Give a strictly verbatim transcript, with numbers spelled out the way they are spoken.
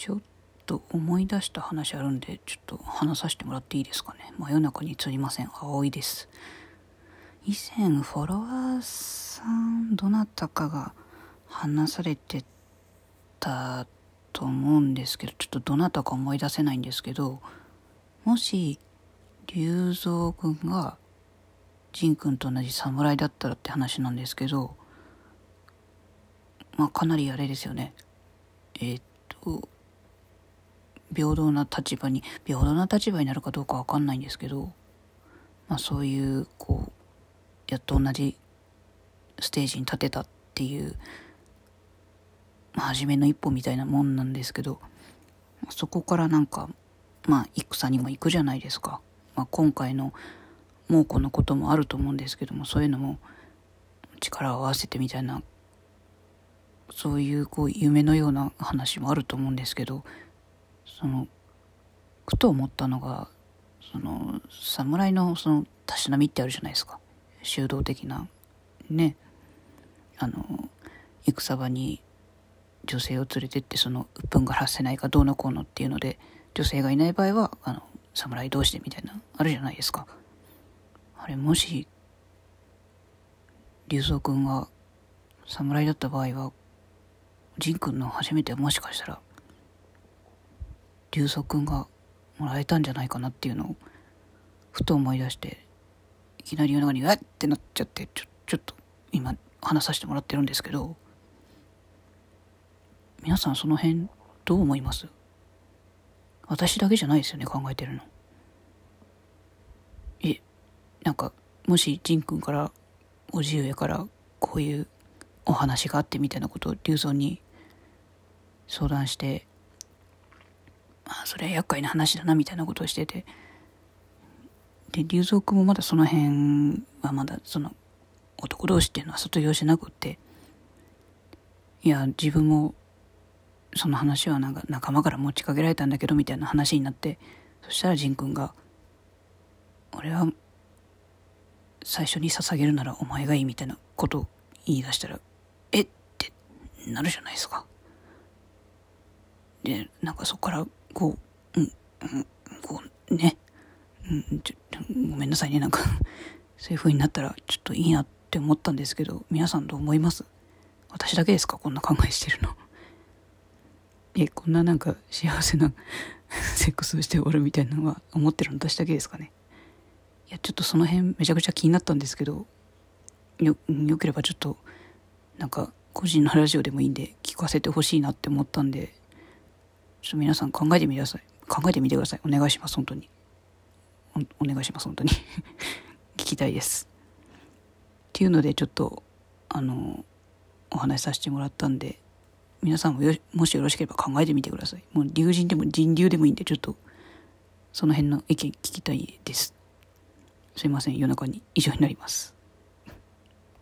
ちょっと思い出した話あるんで、ちょっと話させてもらっていいですかね。真夜中にすいません、葵です。以前フォロワーさんどなたかが話されてたと思うんですけど、ちょっとどなたか思い出せないんですけど、もし龍蔵くんが仁くんと同じ侍だったらって話なんですけど、まあかなりあれですよね。えー、っと平等な立場に平等な立場になるかどうかわかんないんですけど、まあそういうこうやっと同じステージに立てたっていう、まあ、初めの一歩みたいなもんなんですけど、そこからなんかまあ戦にも行くじゃないですか。まあ、今回の猛虎のこともあると思うんですけども、そういうのも力を合わせてみたいな、そういうこう夢のような話もあると思うんですけど、そのふと思ったのが、その侍のそのたしなみってあるじゃないですか。修道的なね、あの戦場に女性を連れてって、その鬱憤が発せないかどうのこうのっていうので、女性がいない場合はあの侍同士でみたいなあるじゃないですか。あれ、もし龍蔵くんが侍だった場合は、仁くんの初めてはもしかしたら龍蔵くんがもらえたんじゃないかなっていうのをふと思い出して、いきなり夜中にうわっってなっちゃって、ちょちょっと今話させてもらってるんですけど、皆さんその辺どう思います？私だけじゃないですよね、考えてるの。え、なんかもし仁くんからおじ上からこういうお話があってみたいなことを龍蔵に相談して、あ、それは厄介な話だなみたいなことをしてて、で龍蔵くんもまだその辺はまだその男同士っていうのは卒業しなくって、いや自分もその話はなんか仲間から持ちかけられたんだけどみたいな話になって、そしたら仁くんが、俺は最初に捧げるならお前がいいみたいなことを言い出したら、えってなるじゃないですか。でなんかそこからこううんうんこうね、うんちょごめんなさいね、なんかそういう風になったらちょっといいなって思ったんですけど、皆さんどう思います？私だけですか、こんな考えしてるの。え、こんななんか幸せなセックスをして終わるみたいなのは思ってるの私だけですかね。いやちょっとその辺めちゃくちゃ気になったんですけど、よよければちょっとなんか個人のラジオでもいいんで聞かせてほしいなって思ったんで、ちょっと皆さん考えてみてください。考えてみてください。お願いします、本当に。お、お願いします、本当に。聞きたいです。っていうのでちょっとあのお話しさせてもらったんで、皆さんもよもしよろしければ考えてみてください。もう龍神でも人流でもいいんで、ちょっとその辺の意見聞きたいです。すいません、夜中に以上になります。